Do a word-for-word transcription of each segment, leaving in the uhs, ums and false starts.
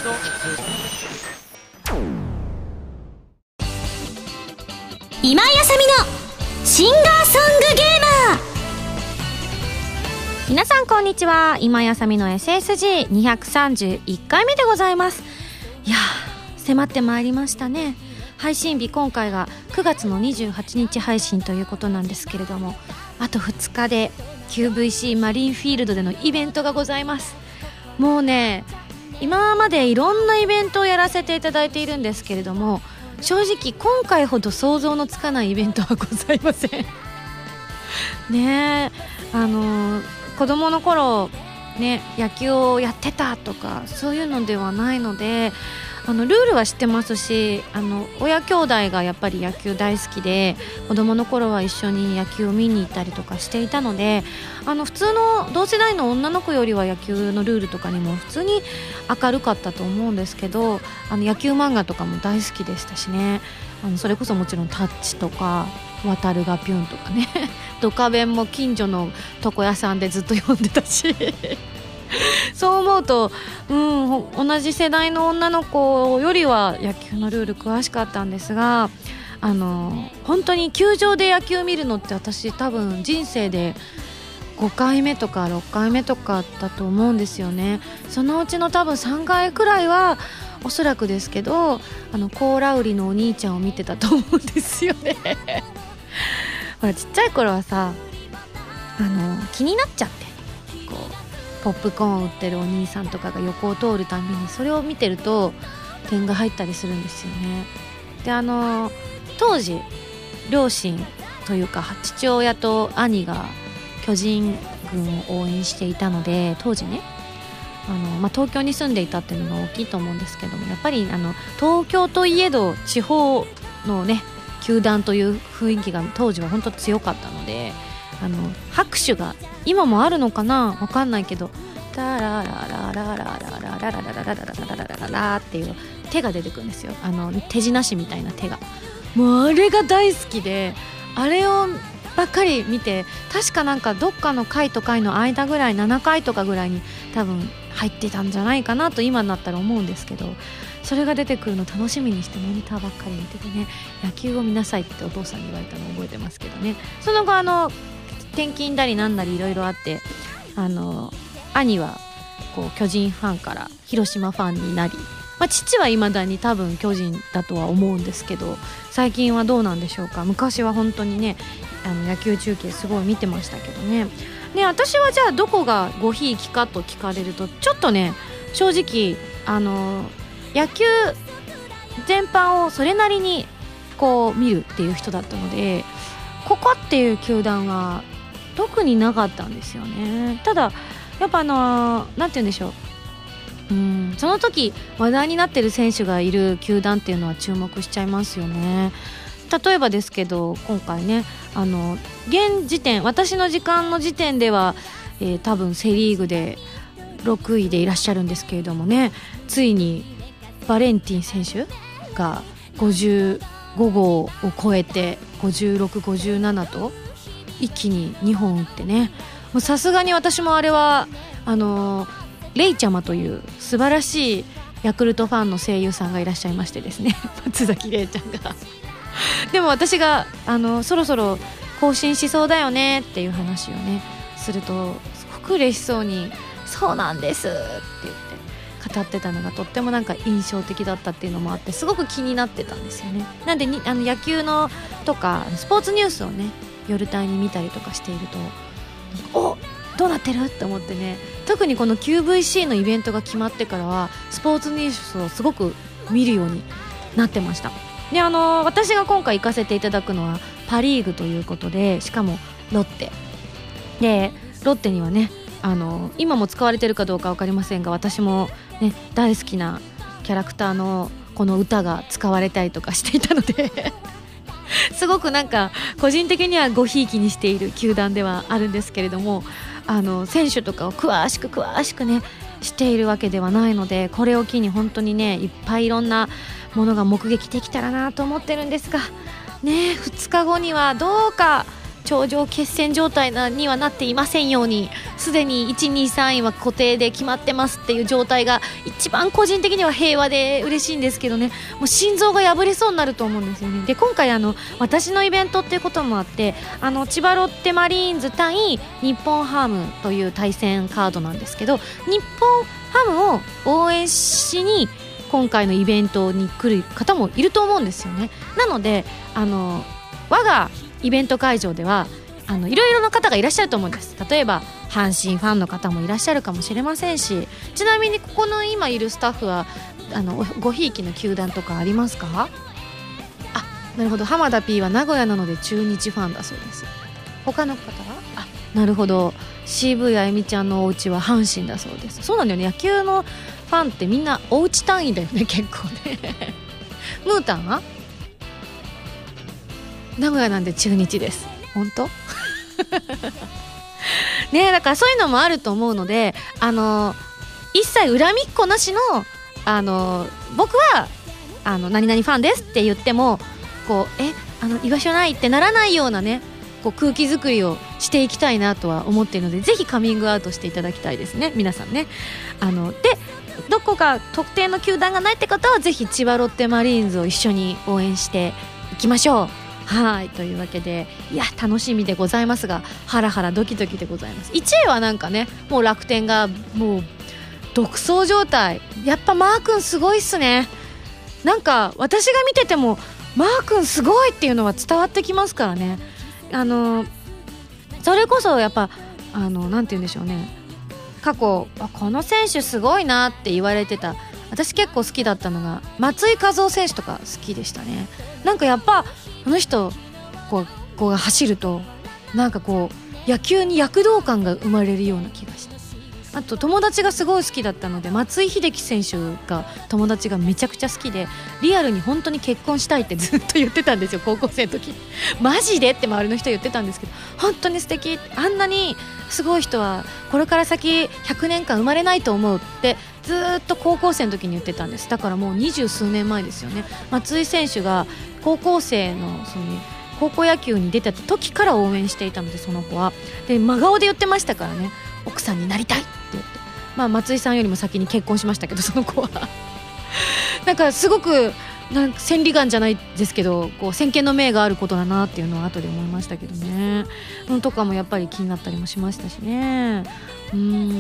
今井あさみのシンガーソングゲーマー。皆さんこんにちは。今井あさみの エスエスジーにひゃくさんじゅういっかいめでございます。いやー、迫ってまいりましたね。配信日、今回がくがつのにじゅうはちにち配信ということなんですけれども、あとふつかで キューブイシー マリンフィールドでのイベントがございます。もうね、今までいろんなイベントをやらせていただいているんですけれども、正直今回ほど想像のつかないイベントはございませんねえ、あの子供の頃ね、野球をやってたとかそういうのではないので、あのルールは知ってますし、あの親兄弟がやっぱり野球大好きで、子供の頃は一緒に野球を見に行ったりとかしていたので、あの普通の同世代の女の子よりは野球のルールとかにも普通に明るかったと思うんですけど、あの野球漫画とかも大好きでしたしね。あのそれこそもちろんタッチとか渡るがピュンとかねドカベンも近所の床屋さんでずっと読んでたしそう思うと、うん、同じ世代の女の子よりは野球のルール詳しかったんですが、あの本当に球場で野球見るのって私多分人生でごかいめとかろっかいめとかだと思うんですよね。そのうちの多分さんかいくらいはおそらくですけど、あのコーラ売りのお兄ちゃんを見てたと思うんですよねほらちっちゃい頃はさ、あの気になっちゃって、こうポップコーンを売ってるお兄さんとかが横を通るたびにそれを見てると点が入ったりするんですよね。で、あの当時両親というか父親と兄が巨人軍を応援していたので、当時ね、あの、まあ、東京に住んでいたっていうのが大きいと思うんですけども、やっぱりあの東京といえど地方のね球団という雰囲気が当時は本当強かったので、あの拍手が今もあるのかなわかんないけど、タラララララララララララララララララっていう手が出てくるんですよ。あの手品師みたいな手が、もうあれが大好きで、あれをばっかり見て、確かなんかどっかの回と回の間ぐらいななかいとかぐらいに多分入ってたんじゃないかなと今になったら思うんですけど、それが出てくるの楽しみにしてモニターばっかり見ててね、野球を見なさいってお父さんに言われたのを覚えてますけどね。その後あの転勤だりなんだりいろいろあって、あの兄はこう巨人ファンから広島ファンになり、まあ、父は未だに多分巨人だとは思うんですけど、最近はどうなんでしょうか。昔は本当にね、あの野球中継すごい見てましたけどね。で、私はじゃあどこがごひいきかと聞かれると、ちょっとね正直あの野球全般をそれなりにこう見るっていう人だったので、ここっていう球団は特になかったんですよね。ただやっぱあのなんて言うんでしょう、うん、その時話題になってる選手がいる球団っていうのは注目しちゃいますよね。例えばですけど、今回ね、あの現時点、私の時間の時点では、えー、多分セリーグでろくいでいらっしゃるんですけれどもね、ついにバレンティン選手がごじゅうごごうを超えてごじゅうろく、ごじゅうななと一気ににほん打ってね、さすがに私もあれはあのレイちゃまという素晴らしいヤクルトファンの声優さんがいらっしゃいましてですね松崎レイちゃんがでも私があのそろそろ更新しそうだよねっていう話をねすると、すごく嬉しそうにそうなんですって言って語ってたのがとってもなんか印象的だったっていうのもあって、すごく気になってたんですよね。なんでにあの野球のとかスポーツニュースをね夜帯に見たりとかしていると、おどうなってるって思ってね、特にこの キューブイシー のイベントが決まってからはスポーツニュースをすごく見るようになってました。で、あの私が今回行かせていただくのはパリーグということで、しかもロッテで、ロッテにはね、あの今も使われてるかどうか分かりませんが、私も、ね、大好きなキャラクターのこの歌が使われたりとかしていたのですごくなんか個人的にはごひいきにしている球団ではあるんですけれども、あの選手とかを詳しく詳しくねしているわけではないので、これを機に本当にねいっぱいいろんなものが目撃できたらなと思ってるんですがね、ふつかごにはどうかち頂上決戦状態にはなっていませんように、すでにいち、に、さんいは固定で決まってますっていう状態が一番個人的には平和で嬉しいんですけどね、もう心臓が破れそうになると思うんですよね。で今回あの私のイベントっていうこともあって、あの千葉ロッテマリーンズ対日本ハムという対戦カードなんですけど、日本ハムを応援しに今回のイベントに来る方もいると思うんですよね。なのであの我がイベント会場ではあのいろいろな方がいらっしゃると思うんです。例えば阪神ファンの方もいらっしゃるかもしれませんし、ちなみにここの今いるスタッフはあのごひいきの球団とかありますか？あ、なるほど。浜田 P は名古屋なので中日ファンだそうです。他の方はあ、なるほど。 シーブイ あゆみちゃんのお家は阪神だそうです。そうなんだよね、野球のファンってみんなお家単位だよね結構ねムータンは名古屋なんで中日です。本当ねえ、だからそういうのもあると思うので、あの一切恨みっこなしの、あの僕はあの何々ファンですって言ってもこうえあの居場所ないってならないようなね、こう空気作りをしていきたいなとは思っているので、ぜひカミングアウトしていただきたいですね皆さんね。あのでどこか特定の球団がないって方はぜひ千葉ロッテマリーンズを一緒に応援していきましょう。はい、というわけで、いや楽しみでございますが、ハラハラドキドキでございます。いちいはなんかね、もう楽天がもう独走状態。やっぱマー君すごいっすね。なんか私が見ててもマー君すごいっていうのは伝わってきますからね。あのそれこそやっぱあのなんて言うんでしょうね、過去この選手すごいなって言われてた、私結構好きだったのが松井稼頭央選手とか好きでしたね。なんかやっぱあの人こうこうが走るとなんかこう野球に躍動感が生まれるような気がして、あと友達がすごい好きだったので松井秀喜選手が友達がめちゃくちゃ好きで、リアルに本当に結婚したいってずっと言ってたんですよ高校生の時マジでって周りの人言ってたんですけど、本当に素敵、あんなにすごい人はこれから先ひゃくねんかん生まれないと思うってずっと高校生の時に言ってたんです。だからもう二十数年前ですよね。松井選手が高校生のその高校野球に出た時から応援していたので、その子はで真顔で言ってましたからね、奥さんになりたいって言って、まあ、松井さんよりも先に結婚しましたけどその子はなんかすごくなんか千里眼じゃないですけどこう先見の明があることだなっていうのは後で思いましたけどね。うんとかもやっぱり気になったりもしましたしね。うん、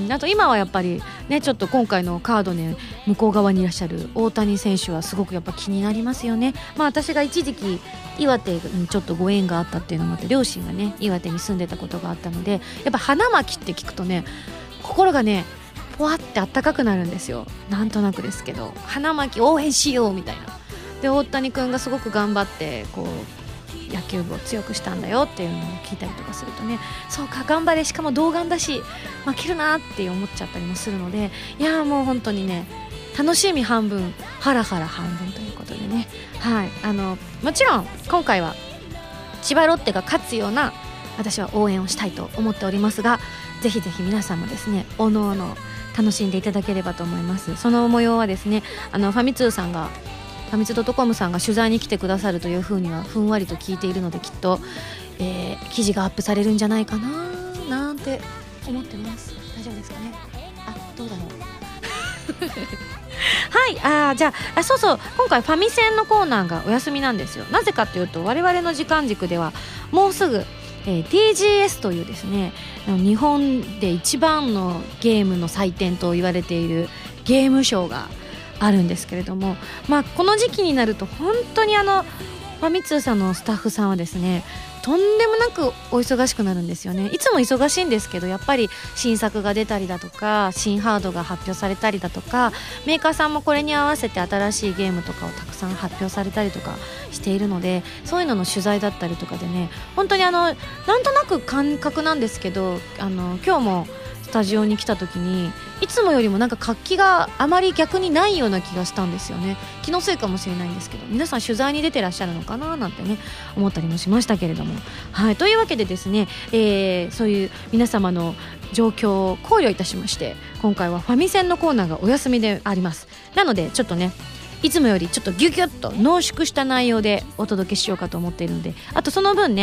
あと今はやっぱりねちょっと今回のカードね向こう側にいらっしゃる大谷選手はすごくやっぱ気になりますよね。まあ私が一時期岩手にちょっとご縁があったっていうのもあって、両親がね岩手に住んでたことがあったので、やっぱ花巻って聞くとね心がねポワってあったかくなるんですよ。なんとなくですけど花巻応援しようみたいな。で大谷君がすごく頑張ってこう野球部を強くしたんだよっていうのを聞いたりとかするとね、そうか頑張れ、しかも童顔だし負けるなって思っちゃったりもするので、いやもう本当にね楽しみ半分ハラハラ半分ということでね、はい、あのもちろん今回は千葉ロッテが勝つような私は応援をしたいと思っておりますが、ぜひぜひ皆さんもですねおのおの楽しんでいただければと思います。その模様はですねあのファミ通さんがファミツー .com さんが取材に来てくださるというふうにはふんわりと聞いているので、きっと、えー、記事がアップされるんじゃないかななんて思ってます。大丈夫ですかね。あ、どうだろうはい、あじゃあ、あそうそう今回ファミセンのコーナーがお休みなんですよ。なぜかというと我々の時間軸ではもうすぐ、えー、ティージーエス というですね日本で一番のゲームの祭典と言われているゲームショーがあるんですけれども、まあ、この時期になると本当にあのファミ通さんのスタッフさんはですねとんでもなくお忙しくなるんですよね。いつも忙しいんですけどやっぱり新作が出たりだとか新ハードが発表されたりだとかメーカーさんもこれに合わせて新しいゲームとかをたくさん発表されたりとかしているので、そういうのの取材だったりとかでね本当にあのなんとなく感覚なんですけど、あの今日もスタジオに来た時にいつもよりもなんか活気があまり逆にないような気がしたんですよね。気のせいかもしれないんですけど、皆さん取材に出てらっしゃるのかななんてね思ったりもしましたけれども、はい、というわけでですね、えー、そういう皆様の状況を考慮いたしまして今回はファミセンのコーナーがお休みであります。なのでちょっとねいつもよりちょっとギュギュッと濃縮した内容でお届けしようかと思っているので、あとその分ね、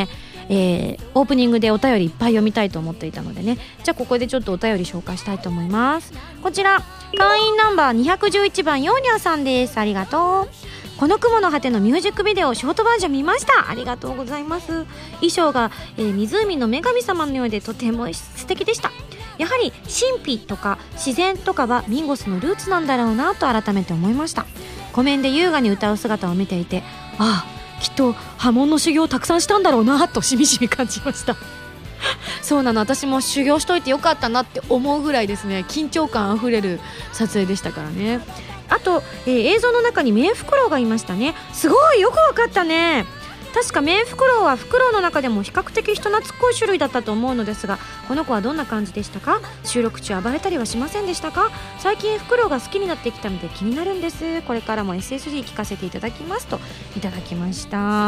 えー、オープニングでお便りいっぱい読みたいと思っていたのでね、じゃあここでちょっとお便り紹介したいと思います。こちら会員ナンバーにひゃくじゅういちばんヨーニャーさんです。ありがとう。この雲の果てのミュージックビデオショートバージョン見ました。ありがとうございます。衣装が、えー、湖の女神様のようでとても素敵でした。やはり神秘とか自然とかはミンゴスのルーツなんだろうなと改めて思いました。湖面で優雅に歌う姿を見ていて、ああきっと波紋の修行をたくさんしたんだろうなとしみじみ感じましたそうなの、私も修行しといてよかったなって思うぐらいですね、緊張感あふれる撮影でしたからね。あと、えー、映像の中にメンフクロウがいましたね。すごいよくわかったね。確かメンフクロウはフクロウの中でも比較的人懐っこい種類だったと思うのですが、この子はどんな感じでしたか？収録中暴れたりはしませんでしたか？最近フクロウが好きになってきたので気になるんです。これからも エスエスディー 聞かせていただきますといただきました。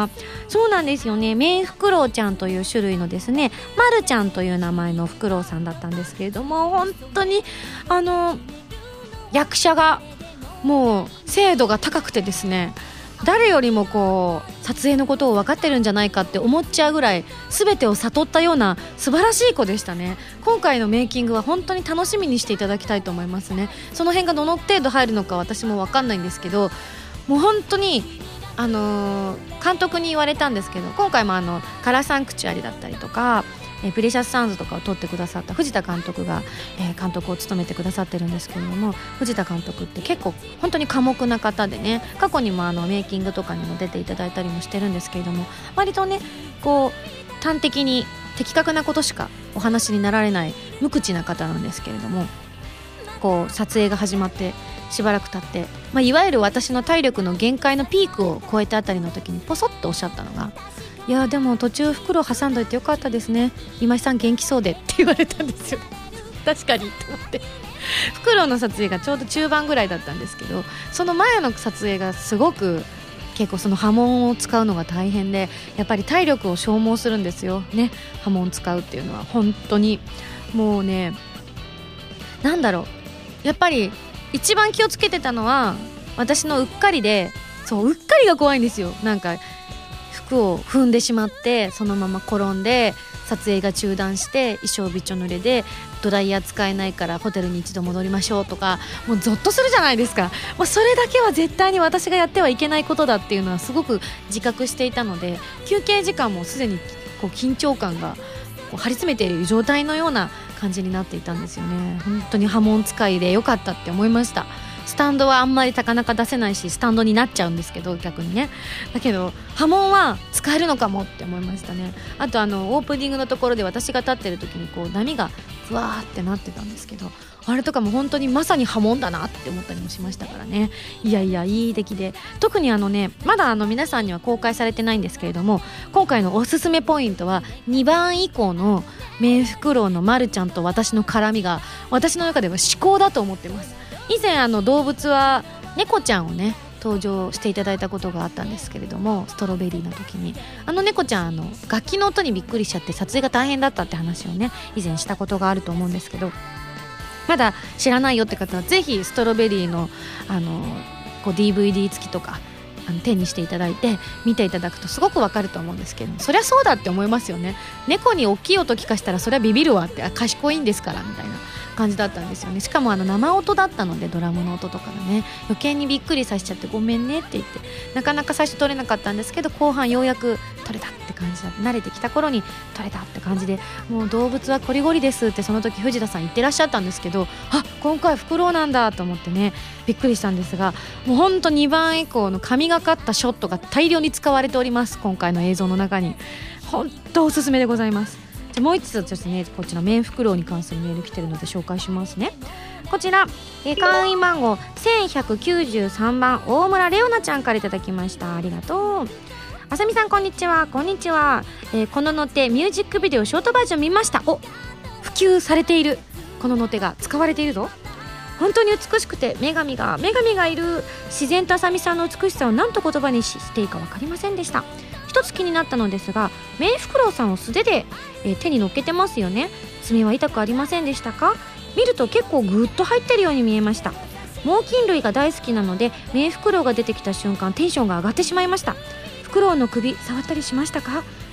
そうなんですよね、メンフクロウちゃんという種類のですね、マルちゃんという名前のフクロウさんだったんですけれども、本当にあの役者がもう精度が高くてですね、誰よりもこう撮影のことを分かってるんじゃないかって思っちゃうぐらい全てを悟ったような素晴らしい子でしたね。今回のメイキングは本当に楽しみにしていただきたいと思いますね。その辺がどの程度入るのか私も分かんないんですけど、もう本当にあのー、監督に言われたんですけど、今回もあのカラーサンクチュアリだったりとかえプレシャスサウンズとかを撮ってくださった藤田監督が、えー、監督を務めてくださってるんですけれども、藤田監督って結構本当に寡黙な方でね、過去にもあのメイキングとかにも出ていただいたりもしてるんですけれども、割とねこう端的に的確なことしかお話になられない無口な方なんですけれども、こう撮影が始まってしばらく経って、まあ、いわゆる私の体力の限界のピークを超えたあたりの時にポソッとおっしゃったのが、いやでも途中袋を挟んどいてよかったですね、今井さん元気そうでって言われたんですよ確かにと思って袋の撮影がちょうど中盤ぐらいだったんですけど、その前の撮影がすごく結構その波紋を使うのが大変で、やっぱり体力を消耗するんですよね、波紋を使うっていうのは。本当にもうね、なんだろう、やっぱり一番気をつけてたのは私のうっかりで、そううっかりが怖いんですよ。なんか服を踏んでしまってそのまま転んで撮影が中断して衣装びちょ濡れでドライヤー使えないからホテルに一度戻りましょうとか、もうゾッとするじゃないですか。もうそれだけは絶対に私がやってはいけないことだっていうのはすごく自覚していたので、休憩時間もすでにこう緊張感がこう張り詰めている状態のような感じになっていたんですよね。本当に波紋使いでよかったって思いました。スタンドはあんまりなかなか出せないしスタンドになっちゃうんですけど、逆にね、だけど波紋は使えるのかもって思いましたね。あとあのオープニングのところで私が立ってる時にこう波がふわーってなってたんですけど、あれとかも本当にまさに波紋だなって思ったりもしましたからね。いやいやいい出来で、特にあのねまだあの皆さんには公開されてないんですけれども、今回のおすすめポイントはにばん以降のメンフクロウのマルちゃんと私の絡みが私の中では至高だと思ってます。以前あの動物は猫ちゃんをね登場していただいたことがあったんですけれども、ストロベリーの時にあの猫ちゃんあの楽器の音にびっくりしちゃって撮影が大変だったって話をね以前したことがあると思うんですけど、まだ知らないよって方はぜひストロベリーのあのこう ディーブイディー 付きとかあの手にしていただいて見ていただくとすごくわかると思うんですけど、そりゃそうだって思いますよね。猫に大きい音聞かしたらそりゃビビるわって、あ賢いんですからみたいな感じだったんですよね。しかもあの生音だったのでドラムの音とかがね余計にびっくりさせちゃってごめんねって言ってなかなか最初撮れなかったんですけど、後半ようやく撮れたって感じだ、慣れてきた頃に撮れたって感じで、もう動物はコリゴリですってその時藤田さん言ってらっしゃったんですけど、あ今回フクロウなんだと思ってねびっくりしたんですが、もうほんとにばん以降の神がかったショットが大量に使われております。今回の映像の中に本当おすすめでございます。じゃもう一つですね、こちらメンフクロウに関するメール来てるので紹介しますね。こちら、えー、会員番号せんひゃくきゅうじゅうさんばん大村レオナちゃんからいただきました。ありがとう。あさみさんこんにちは。こんにちは、えー、こののてミュージックビデオショートバージョン見ました。お普及されている、こののてが使われているぞ。本当に美しくて女神が女神がいる。自然とあさみさんの美しさを何と言葉にしていいか分かりませんでした。一つ気になったのですが、メンフクロウさんを素手で、えー、手に乗っけてますよね。爪は痛くありませんでしたか？見ると結構グッと入ってるように見えました。猛禽類が大好きなのでメンフクロウが出てきた瞬間テンションが上がってしまいました。フクロウの首触ったりしましたか？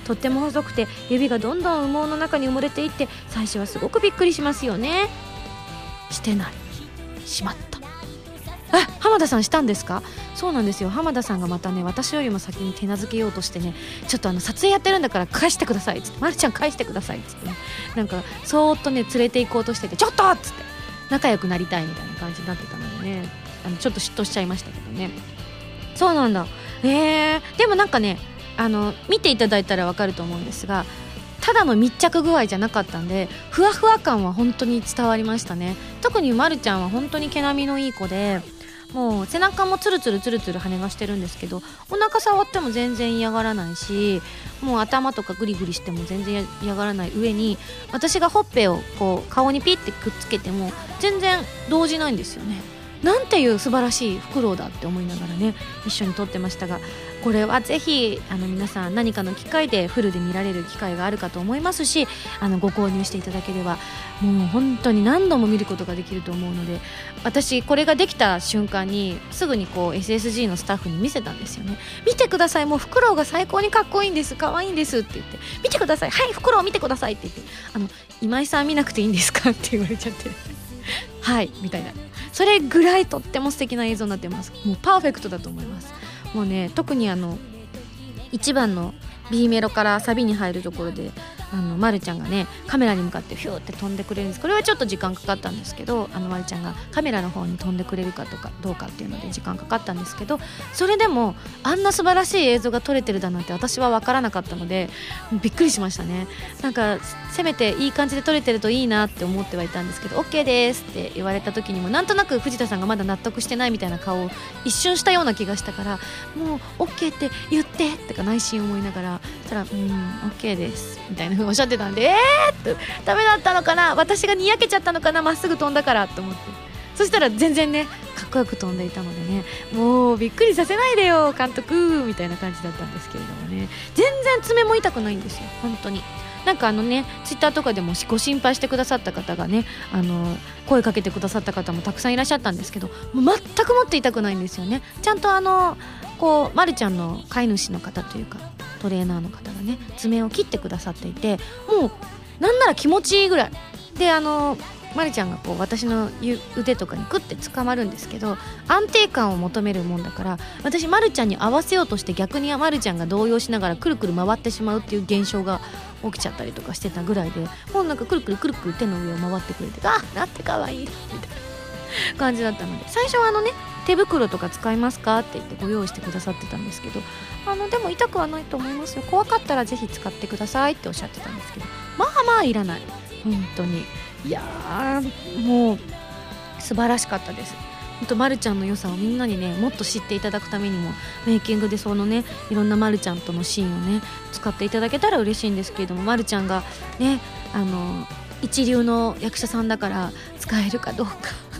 とっても細くて指がどんどん羽毛の中に埋もれていって、最初はすごくびっくりしますよね。してない、しまった。あ、浜田さんしたんですか？そうなんですよ、浜田さんがまたね私よりも先に手なずけようとしてね、ちょっとあの撮影やってるんだから返してくださいっつって、まるちゃん返してくださいっつってね、なんかそーっとね連れて行こうとしてて、ちょっとっつって仲良くなりたいみたいな感じになってたのでね、あのちょっと嫉妬しちゃいましたけどね。そうなんだ。えー、でもなんかね、あの見ていただいたらわかると思うんですが、ただの密着具合じゃなかったんで、ふわふわ感は本当に伝わりましたね。特にまるちゃんは本当に毛並みのいい子で、もう背中もツルツルツルツル羽がしてるんですけど、お腹触っても全然嫌がらないし、もう頭とかグリグリしても全然嫌がらない上に、私がほっぺをこう顔にピッてくっつけても全然動じないんですよね。なんていう素晴らしいフクロウだって思いながらね一緒に撮ってましたが、これはぜひあの皆さん何かの機会でフルで見られる機会があるかと思いますし、あのご購入していただければもう本当に何度も見ることができると思うので、私これができた瞬間にすぐにこう エスエスジー のスタッフに見せたんですよね。見てください、もうフクロウが最高にかっこいいんです、可愛いんですって言って、見てください、はいフクロウ見てくださいって言って、あの今井さん見なくていいんですかって言われちゃってはいみたいな、それぐらいとっても素敵な映像になってます。もうパーフェクトだと思います。もうね、特にあのいちばんの B メロからサビに入るところで、あのまるちゃんがねカメラに向かってヒューって飛んでくれるんです。これはちょっと時間かかったんですけど、あのまるちゃんがカメラの方に飛んでくれるかとかどうかっていうので時間かかったんですけど、それでもあんな素晴らしい映像が撮れてるだなんて私は分からなかったのでびっくりしましたね。なんかせめていい感じで撮れてるといいなって思ってはいたんですけど、 OK ですって言われた時にもなんとなく藤田さんがまだ納得してないみたいな顔を一瞬したような気がしたから、もう OK って言ってってか内心思いながら、そしたらうん OK ですみたいな風におっしゃってたんで、えーってダメだったのかな、私がにやけちゃったのかな、まっすぐ飛んだからと思って、そしたら全然ねかっこよく飛んでいたのでね、もうびっくりさせないでよ監督みたいな感じだったんですけれどもね、全然爪も痛くないんですよ本当に。なんかあのねツイッターとかでもご心配してくださった方がね、あの声かけてくださった方もたくさんいらっしゃったんですけど、もう全くもって痛くないんですよね。ちゃんとあのこうまるちゃんの飼い主の方というかトレーナーの方がね爪を切ってくださっていて、もうなんなら気持ちいいぐらいで、あのまるちゃんがこう私の腕とかにグッて捕まるんですけど、安定感を求めるもんだから、私まるちゃんに合わせようとして逆にまるちゃんが動揺しながらくるくる回ってしまうっていう現象が起きちゃったりとかしてたぐらいで、もうなんかくるくるくるくる手の上を回ってくれて、あなんて可愛いみたいな感じだったので、最初はあのね手袋とか使いますかって言ってご用意してくださってたんですけど、あのでも痛くはないと思いますよ、怖かったらぜひ使ってくださいっておっしゃってたんですけど、まあまあいらない本当に。いやーもう素晴らしかったです。ほんとまるちゃんの良さをみんなにねもっと知っていただくためにも、メイキングでそのねいろんなまるちゃんとのシーンをね使っていただけたら嬉しいんですけれども、まるちゃんがねあの一流の役者さんだから使えるかどうか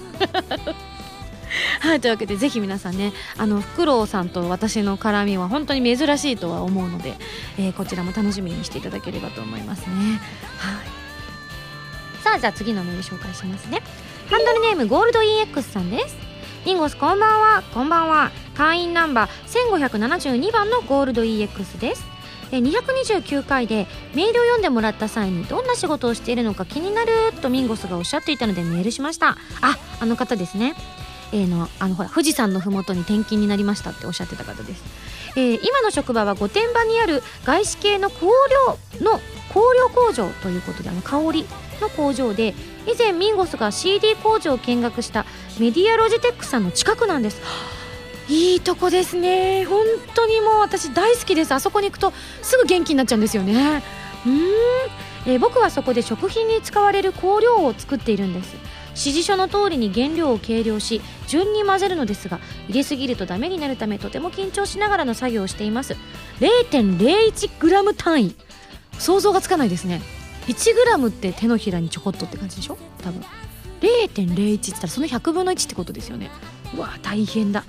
はい、というわけでぜひ皆さんね、あのフクロウさんと私の絡みは本当に珍しいとは思うので、えー、こちらも楽しみにしていただければと思いますね。はい、さあじゃあ次のメール紹介しますね。ハンドルネームゴールド イーエックス さんです。リンゴスこんばんは。こんばんは。会員ナンバーせんごひゃくななじゅうにばんのゴールド イーエックス です。にひゃくにじゅうきゅうかいでメールを読んでもらった際にどんな仕事をしているのか気になるとミンゴスがおっしゃっていたのでメールしました。あ、あの方ですね。えー、のあのほら富士山のふもとに転勤になりましたっておっしゃってた方です。えー、今の職場は御殿場にある外資系の香料の香料工場ということで、あの香りの工場で、以前ミンゴスが シーディー 工場を見学したメディアロジテックさんの近くなんです。いいとこですね。本当にもう私大好きです。あそこに行くとすぐ元気になっちゃうんですよね。うーん、えー、僕はそこで食品に使われる香料を作っているんです。指示書の通りに原料を計量し順に混ぜるのですが、入れすぎるとダメになるためとても緊張しながらの作業をしています。 れいてんれいいちグラム 単位、想像がつかないですね。いちグラムって手のひらにちょこっとって感じでしょ多分。 れいてんれいいち って言ったらそのひゃくぶんのいちってことですよね。うわ大変だ。え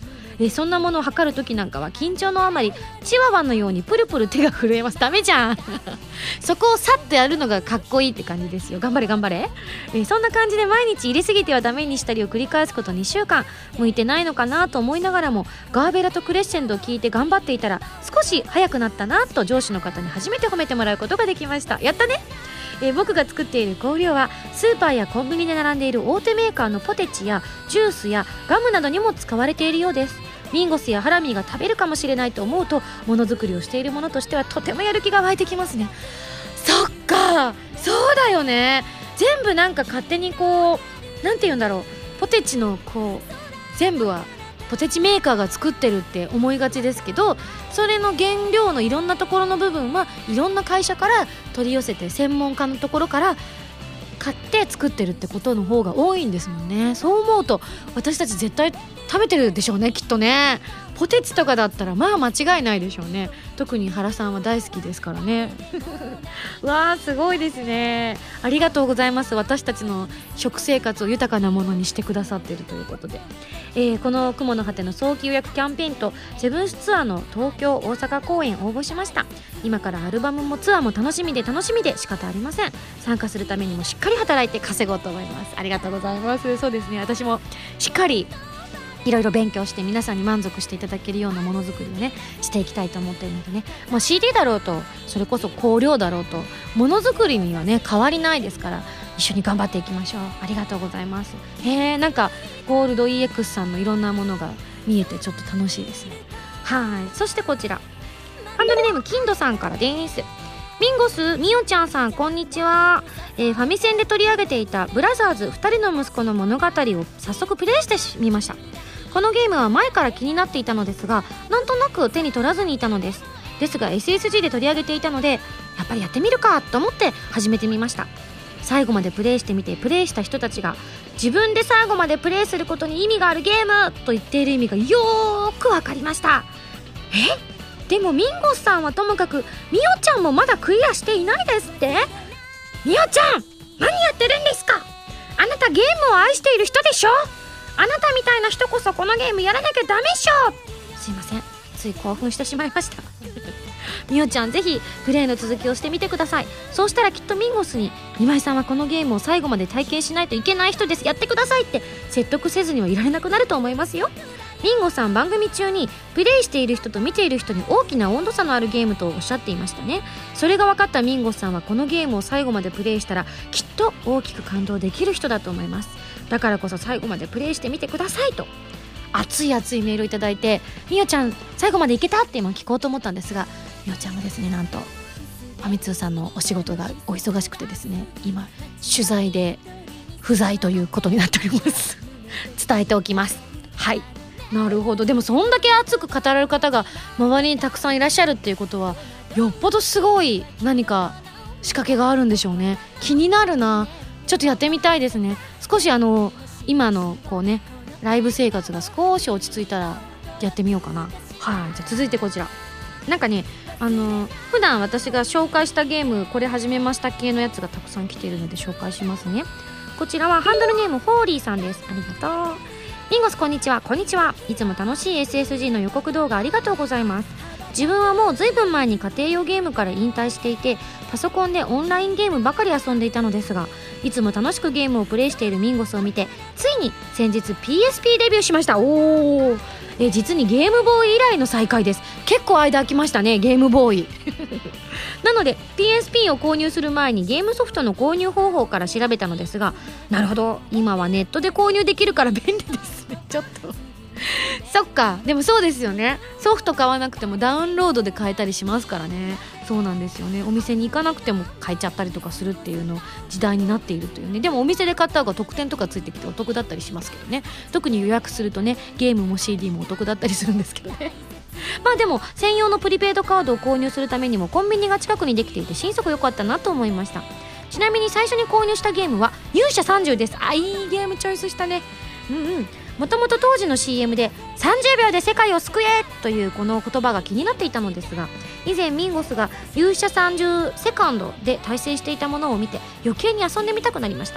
えー、そんなものを測るときなんかは緊張のあまりチワワのようにプルプル手が震えます。ダメじゃんそこをさっとやるのがかっこいいって感じですよ。頑張れ頑張れ、えー、そんな感じで毎日入れすぎてはダメにしたりを繰り返すことにしゅうかん、向いてないのかなと思いながらもガーベラとクレッシェンドを聞いて頑張っていたら少し早くなったなと上司の方に初めて褒めてもらうことができました。やったね。えー、僕が作っている香料はスーパーやコンビニで並んでいる大手メーカーのポテチやジュースやガムなどにも使われているようです。ミンゴスやハラミーが食べるかもしれないと思うとものづくりをしているものとしてはとてもやる気が湧いてきますね。そっか、そうだよね。全部なんか勝手にこうなんて言うんだろう、ポテチのこう全部はポテチメーカーが作ってるって思いがちですけど、それの原料のいろんなところの部分はいろんな会社から取り寄せて専門家のところから買って作ってるってことの方が多いんですもんね。そう思うと私たち絶対食べてるでしょうね、きっとね。ポテチとかだったらまあ間違いないでしょうね。特に原さんは大好きですからねわーすごいですね。ありがとうございます。私たちの食生活を豊かなものにしてくださっているということで、えー、この雲の果ての早期予約キャンペーンとセブンスツアーの東京大阪公演応募しました。今からアルバムもツアーも楽しみで楽しみで仕方ありません。参加するためにもしっかり働いて稼ごうと思います。ありがとうございます。そうですね、私もしっかりいろいろ勉強して皆さんに満足していただけるようなものづくりをねしていきたいと思っているのでね、まあ、シーディー だろうとそれこそ香料だろうとものづくりにはね変わりないですから、一緒に頑張っていきましょう。ありがとうございます。へー、なんかゴールド イーエックス さんのいろんなものが見えてちょっと楽しいですね。はい。そしてこちらハンドルネームキンドさんからです。ミンゴスみおちゃんさんこんにちは、えー、ファミセンで取り上げていたブラザーズふたりの息子の物語を早速プレイしてみました。このゲームは前から気になっていたのですがなんとなく手に取らずにいたのですですが エスエスジー で取り上げていたのでやっぱりやってみるかと思って始めてみました。最後までプレイしてみてプレイした人たちが自分で最後までプレイすることに意味があるゲームと言っている意味がよーくわかりました。えでもミンゴスさんはともかくみおちゃんもまだクリアしていないですって。みおちゃん何やってるんですか。あなたゲームを愛している人でしょ。あなたみたいな人こそこのゲームやらなきゃダメっしょ。すいません、つい興奮してしまいましたみおちゃんぜひプレイの続きをしてみてください。そうしたらきっとミンゴスに今井さんはこのゲームを最後まで体験しないといけない人です、やってくださいって説得せずにはいられなくなると思いますよ。ミンゴさん番組中にプレイしている人と見ている人に大きな温度差のあるゲームとおっしゃっていましたね。それが分かったミンゴさんはこのゲームを最後までプレイしたらきっと大きく感動できる人だと思います。だからこそ最後までプレイしてみてくださいと熱い熱いメールをいただいて、みおちゃん最後までいけたって今聞こうと思ったんですが、みおちゃんはですねなんとファミ通さんのお仕事がお忙しくてですね今取材で不在ということになっております伝えておきます。はい、なるほど。でもそんだけ熱く語られる方が周りにたくさんいらっしゃるっていうことはよっぽどすごい何か仕掛けがあるんでしょうね。気になるな、ちょっとやってみたいですね。少しあの今のこうねライブ生活が少し落ち着いたらやってみようかな。はい、じゃあ続いてこちらなんかねあの普段私が紹介したゲームこれ始めました系のやつがたくさん来ているので紹介しますね。こちらはハンドルネームフォーリーさんです。ありがとう。ミンゴスこんにちは。こんにちは。いつも楽しい エスエスジー の予告動画ありがとうございます。自分はもうずいぶん前に家庭用ゲームから引退していてパソコンでオンラインゲームばかり遊んでいたのですが、いつも楽しくゲームをプレイしているミンゴスを見てついに先日 ピーエスピー デビューしました。おーえ実にゲームボーイ以来の再会です。結構間空きましたね、ゲームボーイなので ピーエスピー を購入する前にゲームソフトの購入方法から調べたのですが、なるほど今はネットで購入できるから便利ですねちょっとそっか、でもそうですよね。ソフト買わなくてもダウンロードで買えたりしますからね。そうなんですよね。お店に行かなくても買えちゃったりとかするっていうの時代になっているというね。でもお店で買った方が特典とかついてきてお得だったりしますけどね。特に予約するとねゲームも シーディー もお得だったりするんですけどねまあでも専用のプリペイドカードを購入するためにもコンビニが近くにできていて新速良かったなと思いました。ちなみに最初に購入したゲームは勇者さんじゅうです。あ、いいゲームチョイスしたね。うんうん。もともと当時の シーエム でさんじゅうびょうで世界を救えというこの言葉が気になっていたのですが、以前ミンゴスが勇者さんじゅうセカンドで対戦していたものを見て余計に遊んでみたくなりました。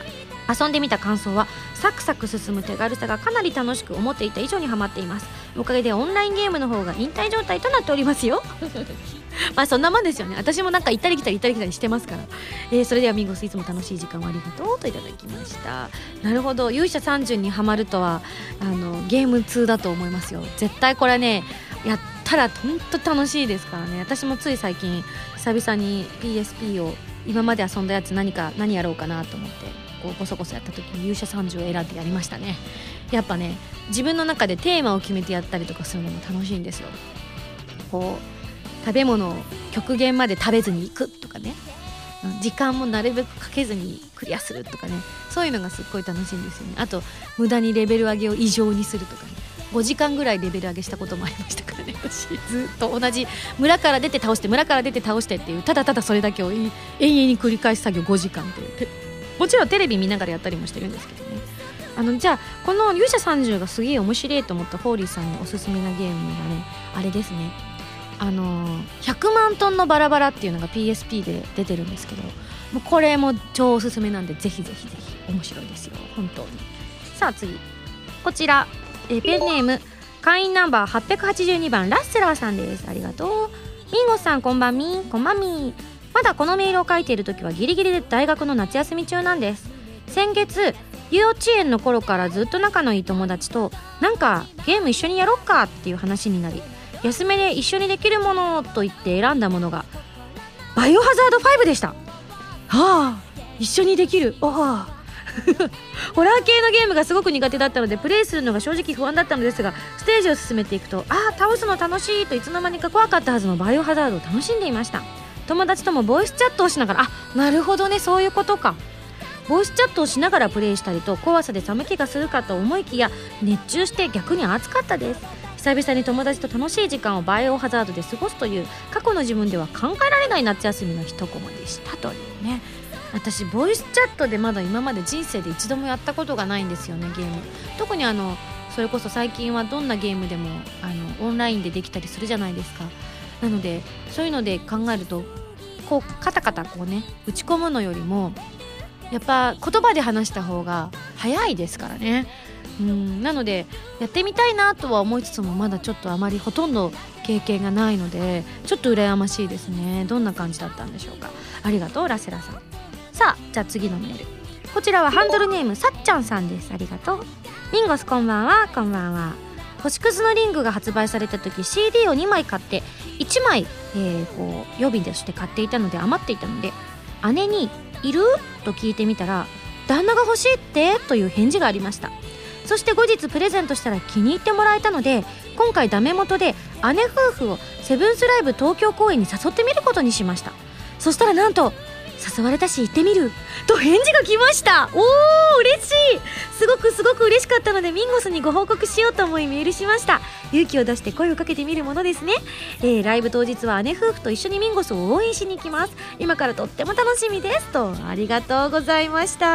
遊んでみた感想はサクサク進む手軽さがかなり楽しく、思っていた以上にハマっています。おかげでオンラインゲームの方が引退状態となっておりますよまあそんなもんですよね。私もなんか行ったり来たり行ったり来たりしてますから、えー、それではミンゴス、いつも楽しい時間をありがとうといただきました。なるほど、勇者さんじゅうにハマるとはあのゲーム通だと思いますよ。絶対これねやったらほんと楽しいですからね。私もつい最近久々に ピーエスピー を今まで遊んだやつ何か何やろうかなと思ってこうゴソゴソやった時に勇者さんじゅうを選んでやりましたね。やっぱね自分の中でテーマを決めてやったりとかするのも楽しいんですよ。こう食べ物を極限まで食べずに行くとかね、時間もなるべくかけずにクリアするとかね、そういうのがすっごい楽しいんですよね。あと無駄にレベル上げを異常にするとかね、ごじかんぐらいレベル上げしたこともありましたからね。私ずっと同じ村から出て倒して村から出て倒してっていうただただそれだけを永遠に繰り返す作業ごじかんっていう、もちろんテレビ見ながらやったりもしてるんですけどね。あのじゃあこの勇者さんじゅうがすげえ面白いと思ったホーリーさんにおすすめなゲームがねあれですね、あのひゃくまんトンのバラバラっていうのが ピーエスピー で出てるんですけど、もうこれも超おすすめなんでぜひぜひぜひ面白いですよ本当に。さあ次こちら、えペンネーム会員ナンバーはっぴゃくはちじゅうにばんラッセラーさんです。ありがとう。ミンゴさんこんばんみこんばんみ。まだこのメールを書いている時はギリギリで大学の夏休み中なんです。先月幼稚園の頃からずっと仲のいい友達となんかゲーム一緒にやろっかっていう話になり、安めで一緒にできるものと言って選んだものがバイオハザードファイブでした。はあ一緒にできる、おあホラー系のゲームがすごく苦手だったのでプレイするのが正直不安だったのですが、ステージを進めていくとああ倒すの楽しいといつの間にか怖かったはずのバイオハザードを楽しんでいました。友達ともボイスチャットをしながら、あなるほどねそういうことか、ボイスチャットをしながらプレイしたりと怖さで寒気がするかと思いきや熱中して逆に暑かったです。久々に友達と楽しい時間をバイオハザードで過ごすという過去の自分では考えられない夏休みの一コマでしたというね。私ボイスチャットでまだ今まで人生で一度もやったことがないんですよねゲーム。特にあのそれこそ最近はどんなゲームでもあのオンラインでできたりするじゃないですか。なのでそういうので考えるとこうカタカタこうね打ち込むのよりもやっぱ言葉で話した方が早いですからね。うんなのでやってみたいなとは思いつつもまだちょっとあまりほとんど経験がないのでちょっと羨ましいですね。どんな感じだったんでしょうか。ありがとうラセラさん。さあじゃあ次のメール、こちらはハンドルネームさっちゃんさんです。ありがとう。ミンゴスこんばんは。こんばんは。星屑のリングが発売された時 シーディー をにまい買っていちまい、えー、こう予備として買っていたので余っていたので姉にいると聞いてみたら旦那が欲しいってという返事がありました。そして後日プレゼントしたら気に入ってもらえたので今回ダメ元で姉夫婦をセブンスライブ東京公演に誘ってみることにしました。そしたらなんと誘われたし行ってみると返事が来ました。おー嬉しい、すごくすごく嬉しかったのでミンゴスにご報告しようと思いメールしました。勇気を出して声をかけてみるものですね、えー、ライブ当日は姉夫婦と一緒にミンゴスを応援しに行きます。今からとっても楽しみですと。ありがとうございました。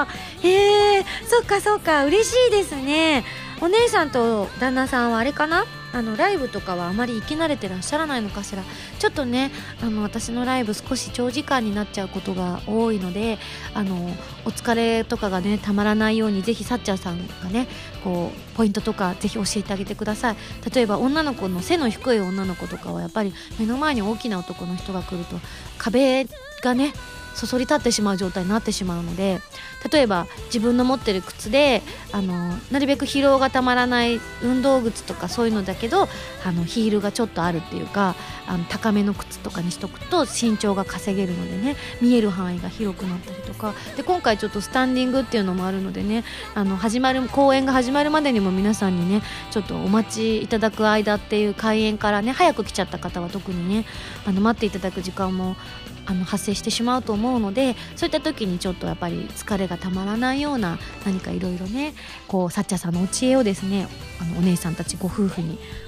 へえそっかそっか嬉しいですね。お姉さんと旦那さんはあれかな、あのライブとかはあまり行き慣れてらっしゃらないのかしら。ちょっとねあの私のライブ少し長時間になっちゃうことが多いのであのお疲れとかがねたまらないようにぜひさっちゃんさんがねこうポイントとかぜひ教えてあげてください。例えば女の子の背の低い女の子とかはやっぱり目の前に大きな男の人が来ると壁がねそそり立ってしまう状態になってしまうので、例えば自分の持ってる靴であのなるべく疲労がたまらない運動靴とかそういうのだけどあのヒールがちょっとあるっていうかあの高めの靴とかにしとくと身長が稼げるのでね見える範囲が広くなったりとかで、今回ちょっとスタンディングっていうのもあるのでねあの始まる公演が始まるまでにも皆さんにねちょっとお待ちいただく間っていう開演からね早く来ちゃった方は特にねあの待っていただく時間もあの発生してしまうと思うので、そういった時にちょっとやっぱり疲れがたまらないような何かいろいろねこうサッチャさんのお知恵をですねあのお姉さんたちご夫婦に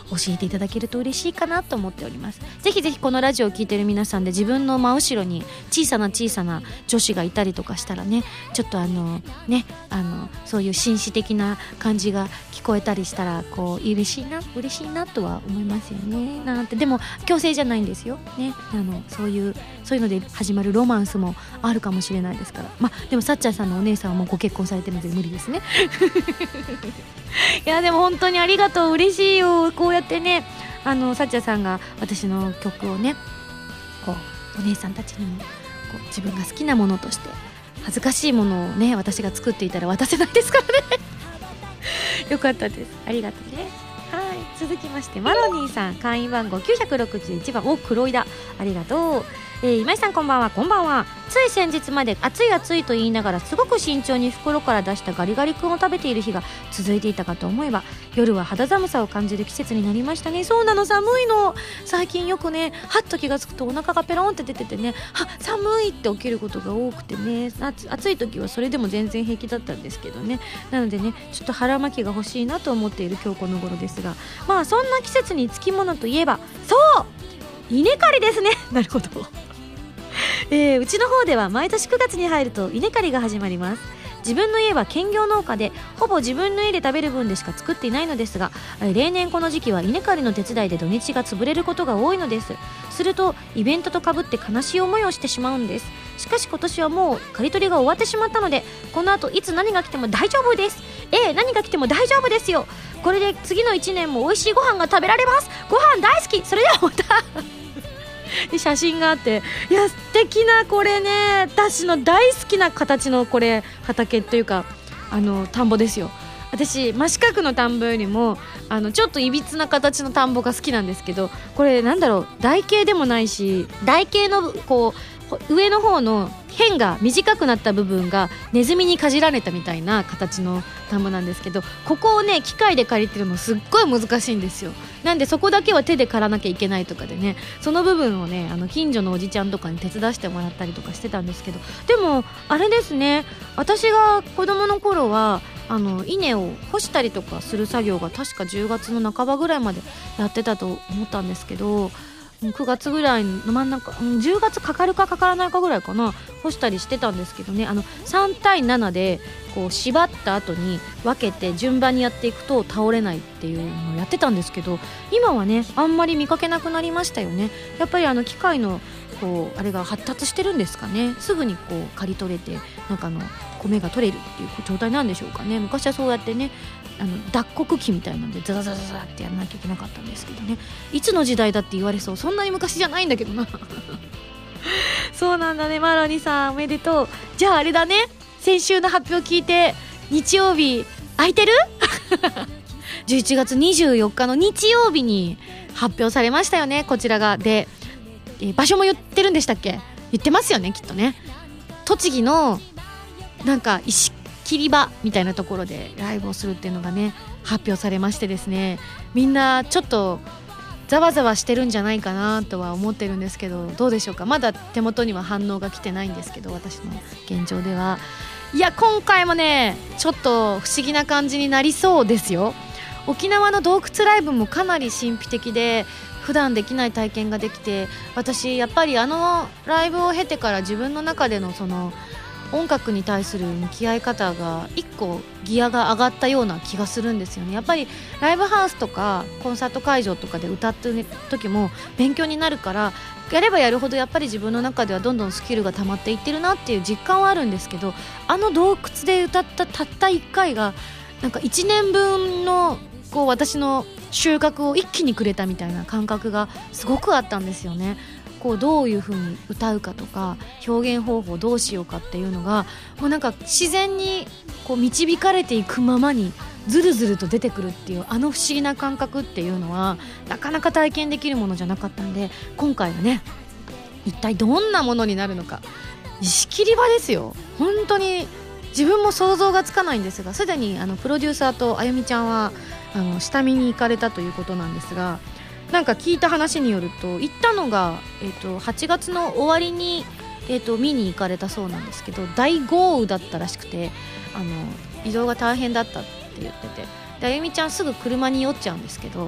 教えていただけると嬉しいかなと思っております。ぜひぜひこのラジオを聞いてる皆さんで自分の真後ろに小さな小さな女子がいたりとかしたらね、ちょっとあのねあのそういう紳士的な感じが聞こえたりしたらこう嬉しいな嬉しいなとは思いますよね。なんてでも強制じゃないんですよね。あのそういうそういうので始まるロマンスもあるかもしれないですから。まあでもさっちゃんさんのお姉さんはもうご結婚されてるので無理ですねいやでも本当にありがとう、嬉しいよ。こうやってねあのさっちゃんさんが私の曲をねこうお姉さんたちにもこう自分が好きなものとして、恥ずかしいものをね私が作っていたら渡せないですからねよかったです、ありがとうね。はい、続きましてマロニーさん、会員番号きゅうひゃくろくじゅういちばん、お黒いだ、ありがとう。えー、今井さんこんばんは。こんばんは。つい先日まで暑い暑いと言いながらすごく慎重に袋から出したガリガリ君を食べている日が続いていたかと思えば、夜は肌寒さを感じる季節になりましたね。そうなの、寒いの。最近よくねはっと気がつくとお腹がペロンって出ててね、あ寒いって起きることが多くてね、暑暑い時はそれでも全然平気だったんですけどね。なのでねちょっと腹巻きが欲しいなと思っている今日この頃ですが、まあそんな季節につきものといえばそう稲刈りですねなるほどえー、うちの方では毎年くがつに入ると稲刈りが始まります。自分の家は兼業農家でほぼ自分の家で食べる分でしか作っていないのですが、例年この時期は稲刈りの手伝いで土日が潰れることが多いのです。するとイベントとかぶって悲しい思いをしてしまうんです。しかし今年はもう刈り取りが終わってしまったので、この後いつ何が来ても大丈夫です。ええ、何が来ても大丈夫ですよ。これで次のいちねんも美味しいご飯が食べられます。ご飯大好き。それではまたで写真があって、いや素敵な、これね私の大好きな形のこれ畑というかあの田んぼですよ。私真四角の田んぼよりもあのちょっといびつな形の田んぼが好きなんですけど、これなんだろう、台形でもないし、台形のこう上の方の辺が短くなった部分がネズミにかじられたみたいな形の田んぼなんですけど、ここをね機械で刈りってるのすっごい難しいんですよ。なんでそこだけは手で刈らなきゃいけないとかでね、その部分をねあの近所のおじちゃんとかに手伝してもらったりとかしてたんですけど、でもあれですね、私が子供の頃はあの稲を干したりとかする作業が確かじゅうがつの半ばぐらいまでやってたと思ったんですけど、くがつぐらいの真ん中、じゅうがつかかるかかからないかぐらいかな、干したりしてたんですけどね、あのさんたいななでこう縛った後に分けて順番にやっていくと倒れないっていうのをやってたんですけど、今はねあんまり見かけなくなりましたよね。やっぱりあの機械のこうあれが発達してるんですかね。すぐにこう刈り取れてなんかあの米が取れるっていう状態なんでしょうかね。昔はそうやってねあの脱穀機みたいなのでザザザザザってやらなきゃいけなかったんですけどね。いつの時代だって言われそう。そんなに昔じゃないんだけどなそうなんだね。マロニさんおめでとう。じゃああれだね、先週の発表聞いて日曜日空いてるじゅういちがつにじゅうよっかの日曜日に発表されましたよね、こちらが。で、えー、場所も言ってるんでしたっけ。言ってますよねきっとね。栃木のなんか石切り場みたいなところでライブをするっていうのがね発表されましてですね、みんなちょっとざわざわしてるんじゃないかなとは思ってるんですけど、どうでしょうか。まだ手元には反応が来てないんですけど、私の現状では。いや今回もねちょっと不思議な感じになりそうですよ。沖縄の洞窟ライブもかなり神秘的で普段できない体験ができて、私やっぱりあのライブを経てから自分の中でのその音楽に対する向き合い方が一個ギアが上がったような気がするんですよね。やっぱりライブハウスとかコンサート会場とかで歌ってる時も勉強になるから、やればやるほどやっぱり自分の中ではどんどんスキルが溜まっていってるなっていう実感はあるんですけど、あの洞窟で歌ったたったいっかいがなんかいちねんぶんのこう私の収穫を一気にくれたみたいな感覚がすごくあったんですよね。こうどういう風に歌うかとか表現方法どうしようかっていうのがもうなんか自然にこう導かれていくままにずるずると出てくるっていうあの不思議な感覚っていうのはなかなか体験できるものじゃなかったんで、今回はね一体どんなものになるのか。石切り場ですよ。本当に自分も想像がつかないんですが、すでにあのプロデューサーとあゆみちゃんはあの下見に行かれたということなんですが、なんか聞いた話によると行ったのが、えー、とはちがつの終わりに、えー、と見に行かれたそうなんですけど、大豪雨だったらしくてあの移動が大変だったって言ってて、であゆみちゃんすぐ車に酔っちゃうんですけど、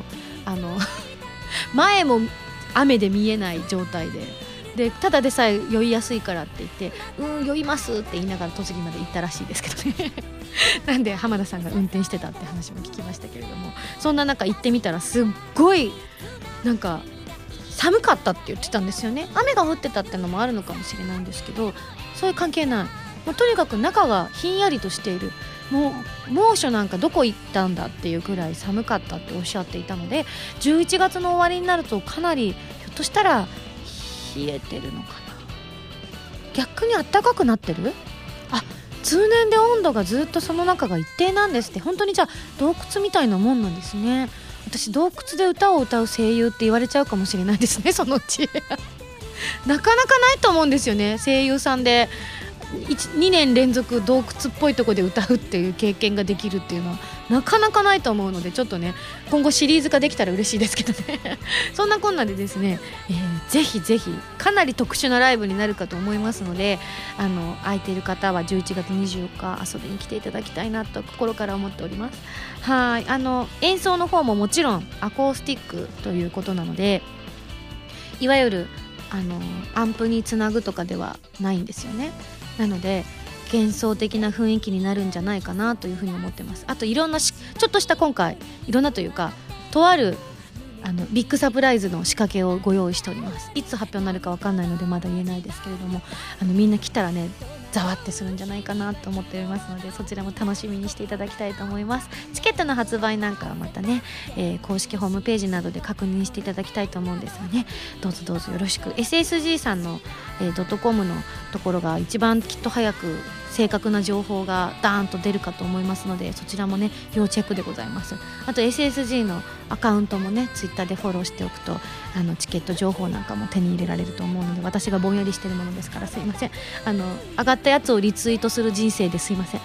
あの前も雨で見えない状態ででただでさえ酔いやすいからって言ってうん酔いますって言いながら栃木まで行ったらしいですけどねなんで浜田さんが運転してたって話も聞きましたけれども、そんな中行ってみたらすっごいなんか寒かったって言ってたんですよね。雨が降ってたってのもあるのかもしれないんですけど、そういう関係ない、もうとにかく中がひんやりとしている、もう猛暑なんかどこ行ったんだっていうくらい寒かったっておっしゃっていたので、じゅういちがつの終わりになるとかなりひょっとしたら冷えてるのかな、逆に暖かくなってる。あ、通年で温度がずっとその中が一定なんですって。本当にじゃあ洞窟みたいなもんなんですね。私洞窟で歌を歌う声優って言われちゃうかもしれないですね、そのうちなかなかないと思うんですよね、声優さんでにねん連続洞窟っぽいとこで歌うっていう経験ができるっていうのはなかなかないと思うので、ちょっとね今後シリーズ化できたら嬉しいですけどねそんなこんなでですね、えー、ぜひぜひかなり特殊なライブになるかと思いますので、あの空いている方はじゅういちがつにじゅうよっか遊びに来ていただきたいなと心から思っております。はい、あの演奏の方ももちろんアコースティックということなので、いわゆるあのアンプにつなぐとかではないんですよね。なので幻想的な雰囲気になるんじゃないかなというふうに思ってます。あといろんなしちょっとした今回いろんなというかとあるあのビッグサプライズの仕掛けをご用意しております。いつ発表になるか分かんないのでまだ言えないですけれども、あのみんな来たらねざわってするんじゃないかなと思っておりますので、そちらも楽しみにしていただきたいと思います。チケットの発売なんかはまたね、えー、公式ホームページなどで確認していただきたいと思うんですがね、どうぞどうぞよろしく。 エスエスジー さんの、えー、ドットコムのところが一番きっと早く正確な情報がダーンと出るかと思いますので、そちらもね要チェックでございます。あと エスエスジー のアカウントもねツイッターでフォローしておくと、あのチケット情報なんかも手に入れられると思うので、私がぼんやりしてるものですからすいません。あの上がったやつをリツイートする人生ですいません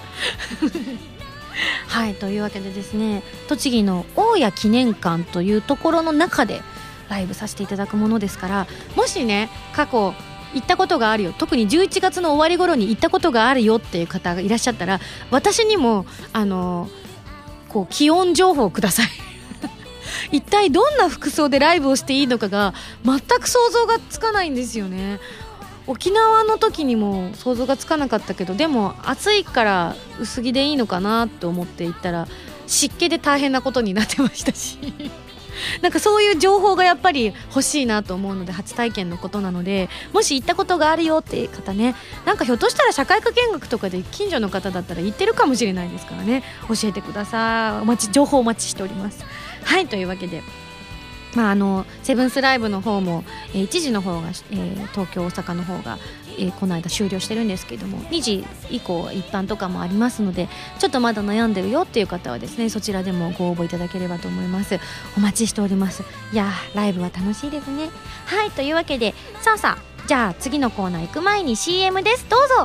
はい、というわけでですね、栃木の大谷記念館というところの中でライブさせていただくものですから、もしね過去行ったことがあるよ、特にじゅういちがつの終わり頃に行ったことがあるよっていう方がいらっしゃったら、私にもあのこう気温情報をください一体どんな服装でライブをしていいのかが全く想像がつかないんですよね。沖縄の時にも想像がつかなかったけど、でも暑いから薄着でいいのかなと思って行ったら湿気で大変なことになってましたしなんかそういう情報がやっぱり欲しいなと思うので、初体験のことなので、もし行ったことがあるよっていう方ね、なんかひょっとしたら社会科見学とかで近所の方だったら行ってるかもしれないですからね、教えてください。お待ち情報お待ちしております。はい、というわけでまあ、あのセブンスライブの方も、えー、いちじの方が、えー、東京大阪の方が、えー、この間終了してるんですけども、にじ以降一般とかもありますので、ちょっとまだ悩んでるよっていう方はですね、そちらでもご応募いただければと思います。お待ちしております。いやーライブは楽しいですね。はい、というわけでさあさあ、じゃあ次のコーナー行く前に シーエム です。どうぞ。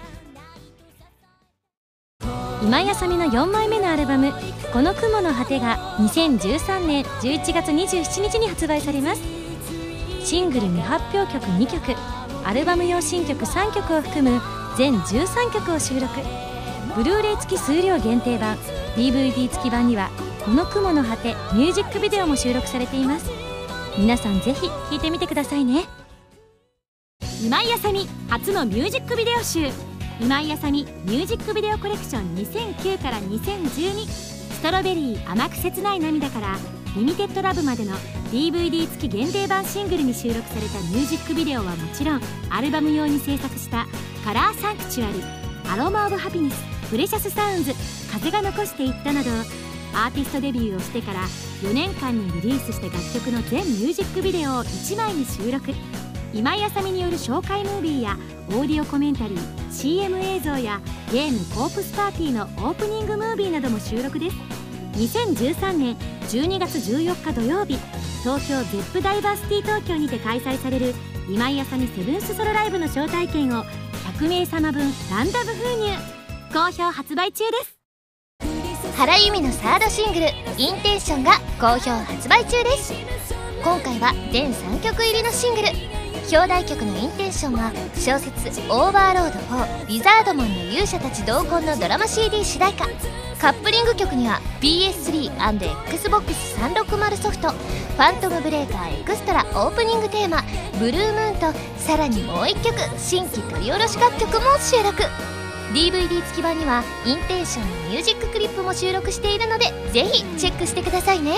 今井あさみのよんまいめのアルバム「この雲の果て」がにせんじゅうさんねんじゅういちがつにじゅうしちにちに発売されます。シングル未発表曲にきょく、アルバム用新曲さんきょくを含む全じゅうさんきょくを収録。ブルーレイ付き数量限定版 ディーブイディー 付き版には「この雲の果て」ミュージックビデオも収録されています。皆さんぜひ聴いてみてくださいね。今井あさみ初のミュージックビデオ集、今井あさみミュージックビデオコレクションにせんきゅうからにせんじゅうに、ストロベリー甘く切ない涙からリミテッドラブまでの ディーブイディー 付き限定版シングルに収録されたミュージックビデオはもちろん、アルバム用に制作したカラーサンクチュアリ、アロマオブハピネス、プレシャスサウンズ、風が残していったなど、アーティストデビューをしてからよねんかんにリリースした楽曲の全ミュージックビデオをいちまいに収録。今井あさみによる紹介ムービーやオーディオコメンタリー、 シーエム 映像やゲームコープスパーティーのオープニングムービーなども収録です。にせんじゅうさんねんじゅうにがつじゅうよっか土曜日、東京ゼップダイバーシティ東京にて開催される今井あさみセブンスソロライブの招待券をひゃくめいさまぶんランダム封入。好評発売中です。 原由美のサードシングル「インテンション」が好評発売中です。今回は全さんきょく入りのシングル。表題曲の「インテンション」は小説「オーバーロードフォー・ウィザードモンの勇者たち同梱」のドラマ シーディー 主題歌。 カップリング曲には ピーエススリー アンドエックスボックスさんびゃくろくじゅう ソフト「ファントムブレーカーエクストラ」オープニングテーマ「ブルームーン」とさらにもういっきょく新規取り下ろし楽曲も収録。 ディーブイディー 付き版にはインテンションのミュージッククリップも収録しているのでぜひチェックしてくださいね。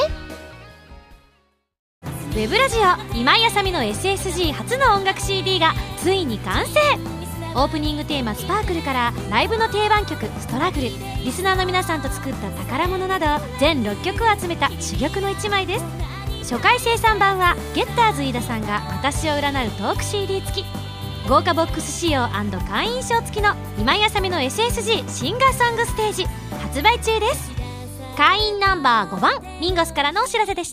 ウェブラジオ今井あさみの エスエスジー 初の音楽 シーディー がついに完成。オープニングテーマ「スパークル」からライブの定番曲「ストラグル」、リスナーの皆さんと作った宝物など全ろっきょくを集めた珠玉のいちまいです。初回生産版はゲッターズ飯田さんが私を占うトーク シーディー 付き、豪華ボックス仕様&会員証付きの今井あさみの エスエスジー シンガーソングステージ発売中です。会員ナンバーごばんミンゴスからのお知らせでした。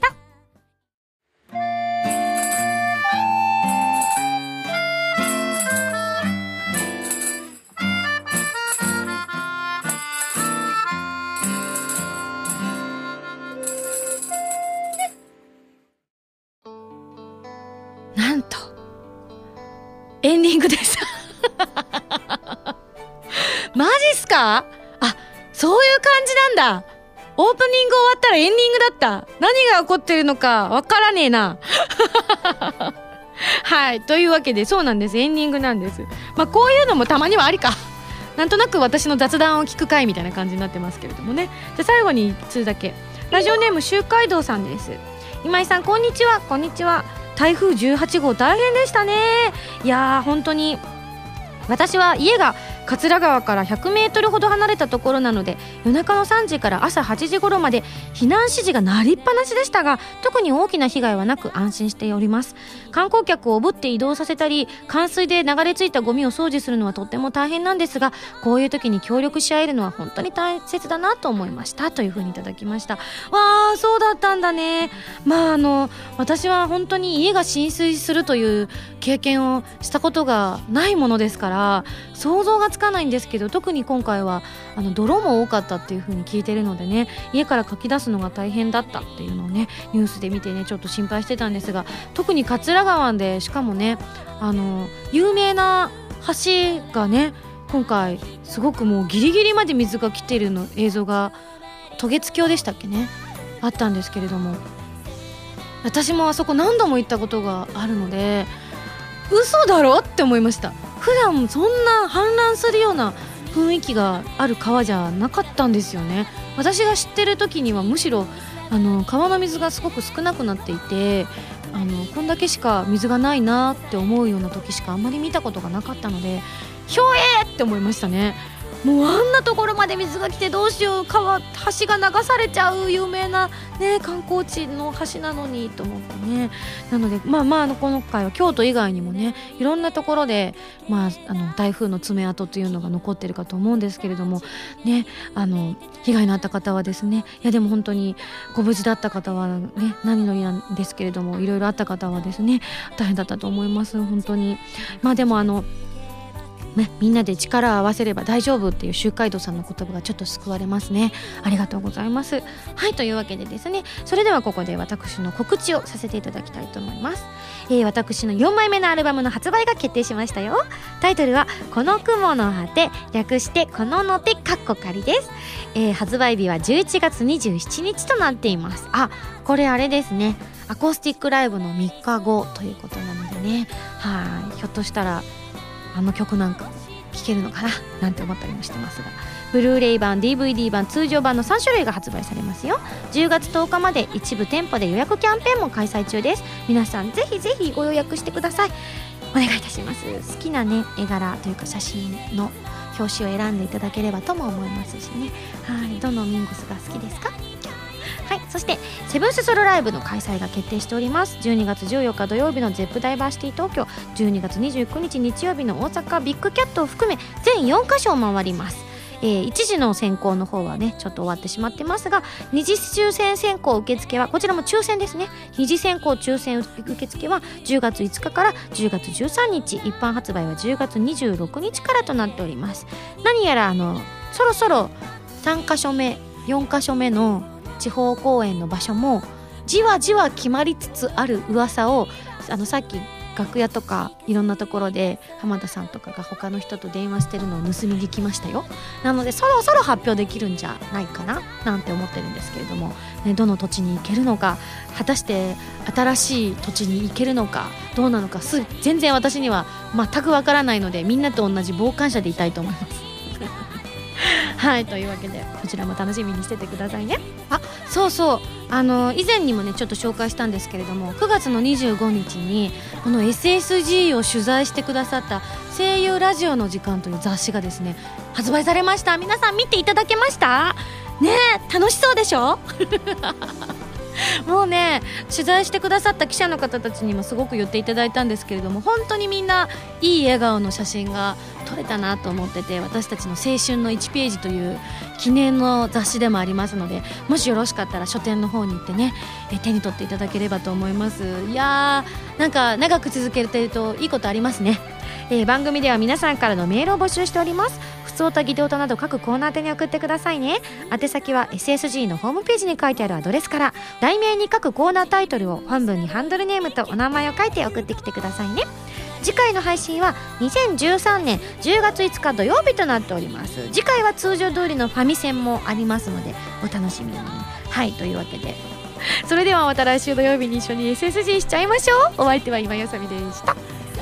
なんとエンディングですマジっすか？あ、そういう感じなんだ。オープニング終わったらエンディングだった。何が起こってるのかわからねえなはい、というわけでそうなんです、エンディングなんです。まあこういうのもたまにはありか。なんとなく私の雑談を聞く回みたいな感じになってますけれどもね。じゃ最後にいっつうだけ、ラジオネーム周海道さんです。今井さんこんにちは。こんにちは。台風じゅうはちごう大変でしたね。いやー本当に私は家が桂川からひゃくメートルほど離れたところなので、夜中のさんじから朝はちじ頃まで避難指示が鳴りっぱなしでしたが、特に大きな被害はなく安心しております。観光客をおぶって移動させたり、冠水で流れ着いたゴミを掃除するのはとっても大変なんですが、こういう時に協力し合えるのは本当に大切だなと思いましたというふうにいただきました。わー、そうだったんだね。まああの私は本当に家が浸水するという経験をしたことがないものですから想像がつかないんですけど、特に今回はあの泥も多かったっていう風に聞いてるのでね、家からかき出すのが大変だったっていうのをねニュースで見てねちょっと心配してたんですが、特に桂川でしかもねあの有名な橋がね今回すごくもうギリギリまで水が来てるの映像が渡月橋でしたっけねあったんですけれども、私もあそこ何度も行ったことがあるので嘘だろって思いました。普段そんな氾濫するような雰囲気がある川じゃなかったんですよね。私が知ってる時にはむしろあの川の水がすごく少なくなっていて、あのこんだけしか水がないなって思うような時しかあんまり見たことがなかったので、ひょえーって思いましたね。もうあんなところまで水が来てどうしよう、川橋が流されちゃう有名な、ね、観光地の橋なのにと思ってね。なのでまあまああの今回は京都以外にもねいろんなところで、まあ、あの台風の爪痕というのが残ってるかと思うんですけれどもね、あの被害のあった方はですね、いやでも本当にご無事だった方はね何よりなんですけれども、いろいろあった方はですね大変だったと思います本当に。まあでもあのね、みんなで力を合わせれば大丈夫っていう周海道さんの言葉がちょっと救われますね。ありがとうございます。はい、というわけでですね、それではここで私の告知をさせていただきたいと思います。えー、私のよんまいめのアルバムの発売が決定しましたよ。タイトルはこの雲の果て、略してこのの手かっこ仮です。えー、発売日はじゅういちがつにじゅうしちにちとなっています。あ、これあれですね、アコースティックライブのみっかごということなのでね、はい、ひょっとしたらあの曲なんか聴けるのかななんて思ったりもしてますが、ブルーレイ版、 ディーブイディー 版、通常版のさんしゅるいが発売されますよ。じゅうがつとおかまで一部店舗で予約キャンペーンも開催中です。皆さんぜひぜひご予約してください。お願いいたします。好きなね絵柄というか写真の表紙を選んでいただければとも思いますしね。はい、どのミンゴスが好きですか？はい、そしてセブンスソロライブの開催が決定しております。じゅうにがつじゅうよっか土曜日のゼップダイバーシティ東京、じゅうにがつにじゅうくにち日曜日の大阪ビッグキャットを含め全よんかしょを回ります。えー、一次の選考の方はねちょっと終わってしまってますが、二次抽選選考受付はこちらも抽選ですね。二次選考抽選受付はじゅうがついつかからじゅうがつじゅうさんにち、一般発売はじゅうがつにじゅうろくにちからとなっております。何やらあのそろそろさんかしょめよんかしょめの地方公演の場所もじわじわ決まりつつある噂をあのさっき楽屋とかいろんなところで浜田さんとかが他の人と電話してるのを盗み聞きましたよ。なのでそろそろ発表できるんじゃないかななんて思ってるんですけれども、ね、どの土地に行けるのか、果たして新しい土地に行けるのかどうなのかす全然私には全くわからないので、みんなと同じ傍観者でいたいと思いますはい、というわけでこちらも楽しみにしててくださいね。あ、そうそう、あの以前にもねちょっと紹介したんですけれども、くがつのにじゅうごにちにこの エスエスジー を取材してくださった声優ラジオの時間という雑誌がですね発売されました。皆さん見ていただけましたね。え楽しそうでしょもうね取材してくださった記者の方たちにもすごく言っていただいたんですけれども、本当にみんないい笑顔の写真が撮れたなと思ってて、私たちの青春のいちページという記念の雑誌でもありますので、もしよろしかったら書店の方に行ってねえ手に取っていただければと思います。いやーなんか長く続けてるといいことありますね。えー、番組では皆さんからのメールを募集しております。ふつおた、ぎておたなど各コーナー宛てに送ってくださいね。宛先は エスエスジー のホームページに書いてあるアドレスから、題名に各コーナータイトルを、本文にハンドルネームとお名前を書いて送ってきてくださいね。次回の配信はにせんじゅうさんねんじゅうがついつか土曜日となっております。次回は通常通りのファミセンもありますのでお楽しみに。はい、というわけでそれではまた来週土曜日に一緒に エスエスジー しちゃいましょう。お相手は今よさみでした。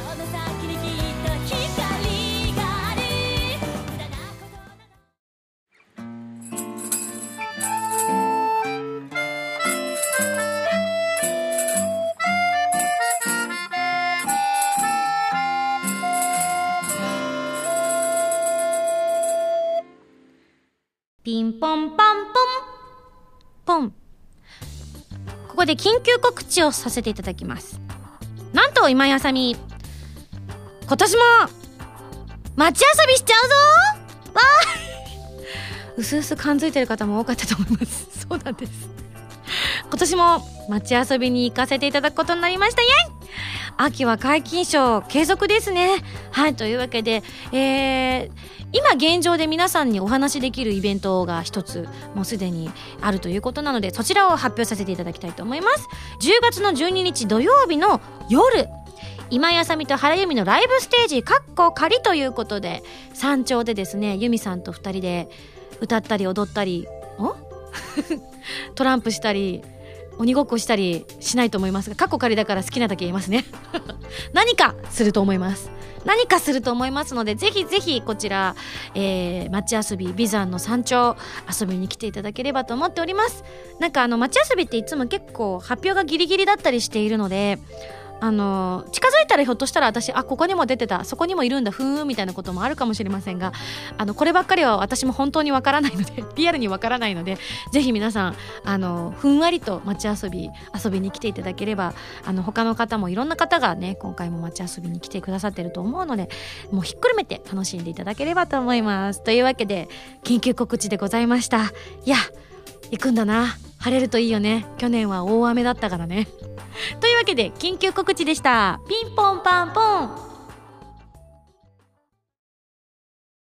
ピンポンパンポンポン。ここで緊急告知をさせていただきます。なんと今井あさみ今年も街遊びしちゃうぞわーうすうす感づいてる方も多かったと思います。そうなんです。今年も街遊びに行かせていただくことになりました。イエイ。秋は皆勤賞継続ですね。はい、というわけで、えー、今現状で皆さんにお話しできるイベントが一つもうすでにあるということなので、そちらを発表させていただきたいと思います。じゅうがつのじゅうににち土曜日の夜、今井あさみと原由美のライブステージかっこ仮ということで、山頂でですね由美さんとふたりで歌ったり踊ったりおトランプしたり鬼ごっこしたりしないと思いますが、カッコ仮だから好きなだけ言いますね何かすると思います何かすると思いますので、ぜひぜひこちら、えー、街遊び美山の山頂遊びに来ていただければと思っております。なんかあの街遊びっていつも結構発表がギリギリだったりしているので、あの近づいたらひょっとしたら私あここにも出てたそこにもいるんだふーんみたいなこともあるかもしれませんが、あのこればっかりは私も本当にわからないのでリアルにわからないので、ぜひ皆さんあのふんわりと街遊び遊びに来ていただければ、あの他の方もいろんな方がね今回も街遊びに来てくださってると思うので、もうひっくるめて楽しんでいただければと思います。というわけで緊急告知でございました。いや行くんだな、晴れるといいよね。去年は大雨だったからねというわけで緊急告知でした。ピンポンパンポン。